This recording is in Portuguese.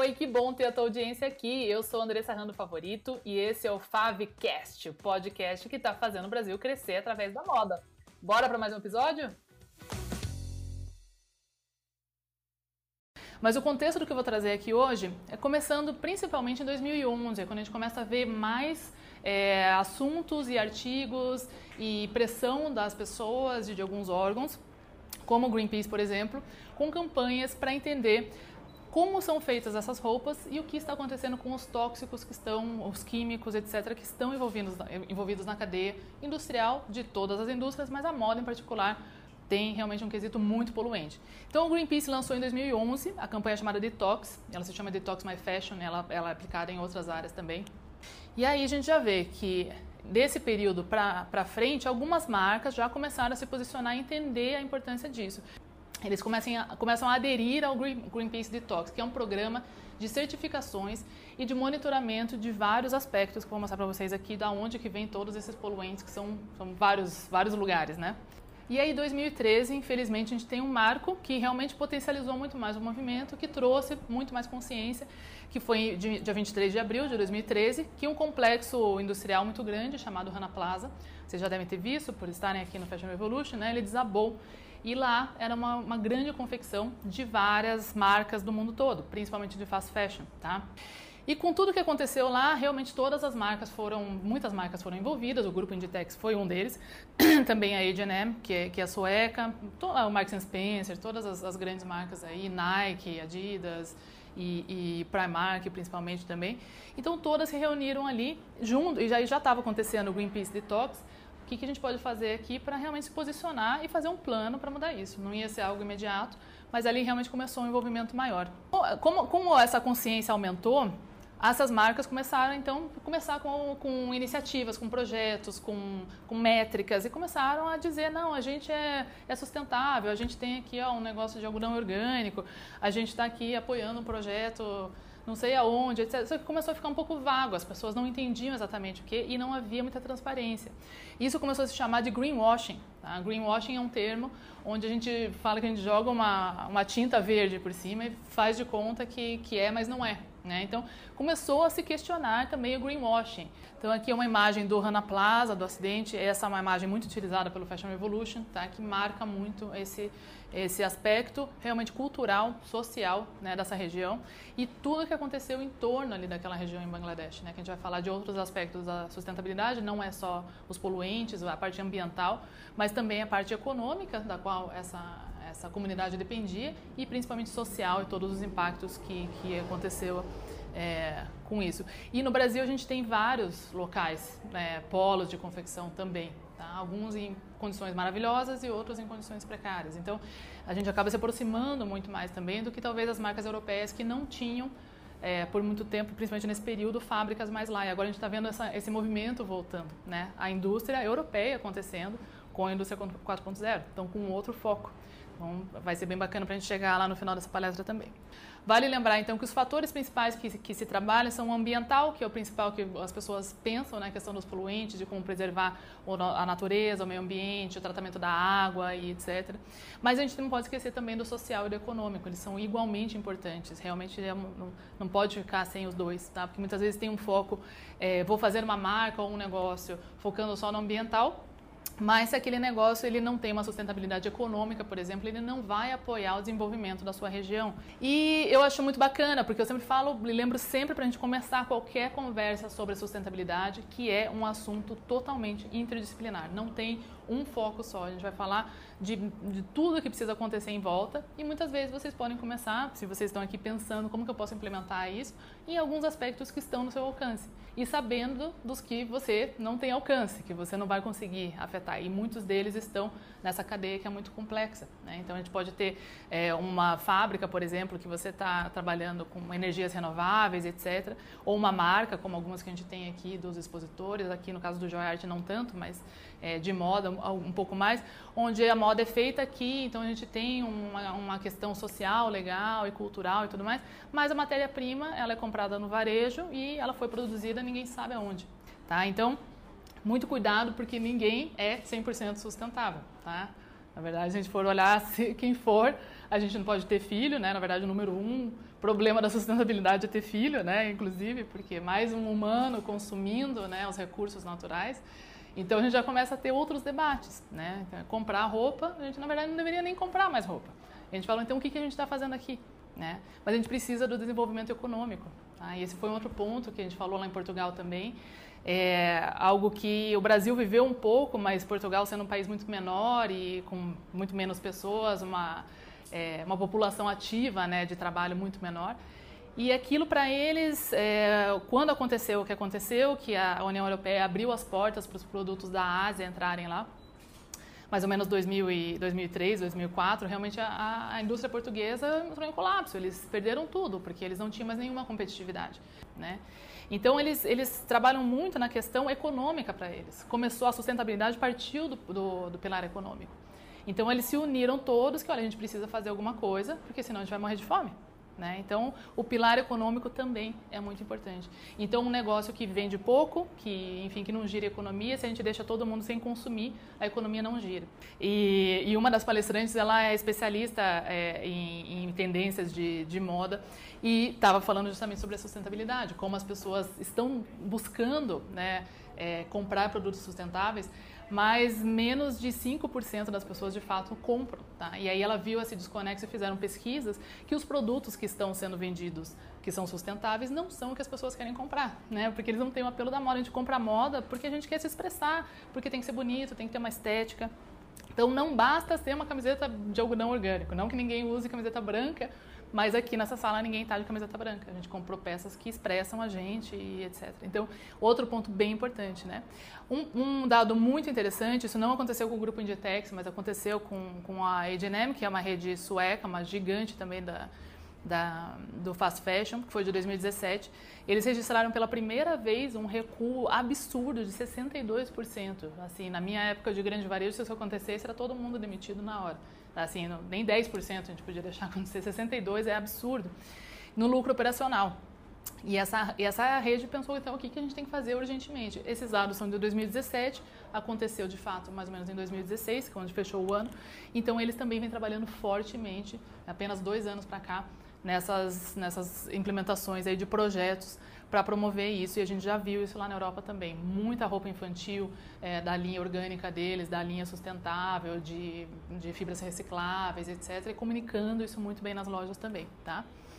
Oi, que bom ter a tua audiência aqui. Eu sou a Andressa Rando Favorito e esse é o Favcast, o podcast que tá fazendo o Brasil crescer através da moda. Bora para mais um episódio? Mas o contexto do que eu vou trazer aqui hoje é começando principalmente em 2011, quando a gente começa a ver mais assuntos e artigos e pressão das pessoas e de alguns órgãos, como o Greenpeace, por exemplo, com campanhas para entender como são feitas essas roupas e o que está acontecendo com os tóxicos que estão, os químicos, etc., que estão envolvidos na cadeia industrial de todas as indústrias, mas a moda em particular tem realmente um quesito muito poluente. Então o Greenpeace lançou em 2011 a campanha chamada Detox, ela se chama Detox My Fashion, ela é aplicada em outras áreas também. E aí a gente já vê que desse período para frente, algumas marcas já começaram a se posicionar e entender a importância disso. Eles começam a aderir ao Greenpeace Detox, que é um programa de certificações e de monitoramento de vários aspectos, que eu vou mostrar para vocês aqui, da onde que vem todos esses poluentes, que são vários lugares, né? E aí, em 2013, infelizmente, a gente tem um marco que realmente potencializou muito mais o movimento, que trouxe muito mais consciência, que foi dia 23 de abril de 2013, que um complexo industrial muito grande, chamado Rana Plaza, vocês já devem ter visto por estarem aqui no Fashion Revolution, né? Ele desabou. E lá era uma grande confecção de várias marcas do mundo todo, principalmente de fast fashion, tá? E com tudo que aconteceu lá, realmente muitas marcas foram envolvidas, o grupo Inditex foi um deles, também a H&M, que é sueca, o Marks Spencer, todas as grandes marcas aí, Nike, Adidas e Primark principalmente também. Então todas se reuniram ali junto, e já estava acontecendo o Greenpeace Detox. O que a gente pode fazer aqui para realmente se posicionar e fazer um plano para mudar isso? Não ia ser algo imediato, mas ali realmente começou um envolvimento maior. Como essa consciência aumentou, essas marcas começaram então com iniciativas, com projetos, com métricas, e começaram a dizer, não, a gente é sustentável, a gente tem aqui um negócio de algodão orgânico, a gente está aqui apoiando um projeto não sei aonde, etc. Só que começou a ficar um pouco vago, as pessoas não entendiam exatamente o que e não havia muita transparência. Isso começou a se chamar de greenwashing. Tá? Greenwashing é um termo onde a gente fala que a gente joga uma tinta verde por cima e faz de conta que é, mas não é. Né? Então começou a se questionar também o greenwashing. Então aqui é uma imagem do Rana Plaza, do acidente. Essa é uma imagem muito utilizada pelo Fashion Revolution, tá? Que marca muito esse aspecto realmente cultural, social, né, dessa região e tudo que aconteceu em torno ali daquela região em Bangladesh, né, que a gente vai falar de outros aspectos da sustentabilidade, não é só os poluentes, a parte ambiental, mas também a parte econômica da qual essa comunidade dependia e principalmente social e todos os impactos que aconteceu com isso. E no Brasil a gente tem vários locais, polos de confecção também, tá? Alguns em condições maravilhosas e outros em condições precárias. Então a gente acaba se aproximando muito mais também do que talvez as marcas europeias que não tinham por muito tempo, principalmente nesse período, fábricas mais lá. E agora a gente está vendo esse movimento voltando, né? A indústria europeia acontecendo com a indústria 4.0, então com outro foco. Então vai ser bem bacana para a gente chegar lá no final dessa palestra também. Vale lembrar então que os fatores principais que se trabalham são o ambiental, que é o principal que as pessoas pensam, né, a questão dos poluentes, de como preservar a natureza, o meio ambiente, o tratamento da água e etc. Mas a gente não pode esquecer também do social e do econômico, eles são igualmente importantes, realmente não pode ficar sem os dois, tá? Porque muitas vezes tem um foco, vou fazer uma marca ou um negócio focando só no ambiental, mas se aquele negócio ele não tem uma sustentabilidade econômica, por exemplo, ele não vai apoiar o desenvolvimento da sua região. E eu acho muito bacana, porque eu sempre falo, lembro sempre para a gente começar qualquer conversa sobre sustentabilidade, que é um assunto totalmente interdisciplinar. Não tem um foco só, a gente vai falar de tudo que precisa acontecer em volta e muitas vezes vocês podem começar, se vocês estão aqui pensando como que eu posso implementar isso, em alguns aspectos que estão no seu alcance e sabendo dos que você não tem alcance, que você não vai conseguir afetar. E muitos deles estão nessa cadeia que é muito complexa, né? Então a gente pode ter uma fábrica, por exemplo, que você está trabalhando com energias renováveis, etc. Ou uma marca, como algumas que a gente tem aqui dos expositores, aqui no caso do Joy Art não tanto, mas de moda um pouco mais, onde a moda é feita aqui, então a gente tem uma questão social, legal e cultural e tudo mais, mas a matéria-prima ela é comprada no varejo e ela foi produzida ninguém sabe aonde, tá? Então muito cuidado porque ninguém é 100% sustentável, tá? Na verdade, se a gente for olhar quem for, a gente não pode ter filho, né? Na verdade, o número 1 problema da sustentabilidade é ter filho, né? Inclusive, porque mais um humano consumindo, né, os recursos naturais. Então, a gente já começa a ter outros debates, né? Então, comprar roupa, a gente, na verdade, não deveria nem comprar mais roupa. A gente fala, então, o que a gente está fazendo aqui? Né? Mas a gente precisa do desenvolvimento econômico. Tá? E esse foi um outro ponto que a gente falou lá em Portugal também. É algo que o Brasil viveu um pouco, mas Portugal sendo um país muito menor e com muito menos pessoas, uma população ativa, né, de trabalho muito menor. E aquilo para eles, quando aconteceu o que aconteceu, que a União Europeia abriu as portas para os produtos da Ásia entrarem lá, mais ou menos 2003, 2004, realmente a indústria portuguesa entrou em colapso. Eles perderam tudo, porque eles não tinham mais nenhuma competitividade, né? Então, eles trabalham muito na questão econômica para eles. Começou a sustentabilidade, partiu do pilar econômico. Então, eles se uniram todos que, olha, a gente precisa fazer alguma coisa, porque senão a gente vai morrer de fome. Né? Então, o pilar econômico também é muito importante. Então, um negócio que vende pouco, que não gira a economia, se a gente deixa todo mundo sem consumir, a economia não gira. E uma das palestrantes, ela é especialista em tendências de moda e estava falando justamente sobre a sustentabilidade, como as pessoas estão buscando, né, comprar produtos sustentáveis, mas menos de 5% das pessoas de fato compram. Tá? E aí ela viu esse desconexo e fizeram pesquisas que os produtos que estão sendo vendidos, que são sustentáveis, não são o que as pessoas querem comprar, né? Porque eles não têm o apelo da moda. A gente compra moda porque a gente quer se expressar, porque tem que ser bonito, tem que ter uma estética. Então não basta ter uma camiseta de algodão orgânico, não que ninguém use camiseta branca, mas aqui nessa sala ninguém está de camiseta branca. A gente comprou peças que expressam a gente e etc. Então, outro ponto bem importante, né? Um dado muito interessante, isso não aconteceu com o grupo Inditex, mas aconteceu com a H&M, que é uma rede sueca, uma gigante também do fast fashion, que foi de 2017. Eles registraram pela primeira vez um recuo absurdo de 62%. Assim, na minha época de grande varejo, se isso acontecesse, era todo mundo demitido na hora. Assim, nem 10% a gente podia deixar acontecer, 62% é absurdo. No lucro operacional. E essa rede pensou, então, o que a gente tem que fazer urgentemente? Esses dados são de 2017, aconteceu de fato mais ou menos em 2016, que é onde fechou o ano. Então, eles também vêm trabalhando fortemente, apenas 2 anos para cá, nessas implementações aí de projetos para promover isso, e a gente já viu isso lá na Europa também. Muita roupa infantil da linha orgânica deles, da linha sustentável, de fibras recicláveis, etc., e comunicando isso muito bem nas lojas também, tá?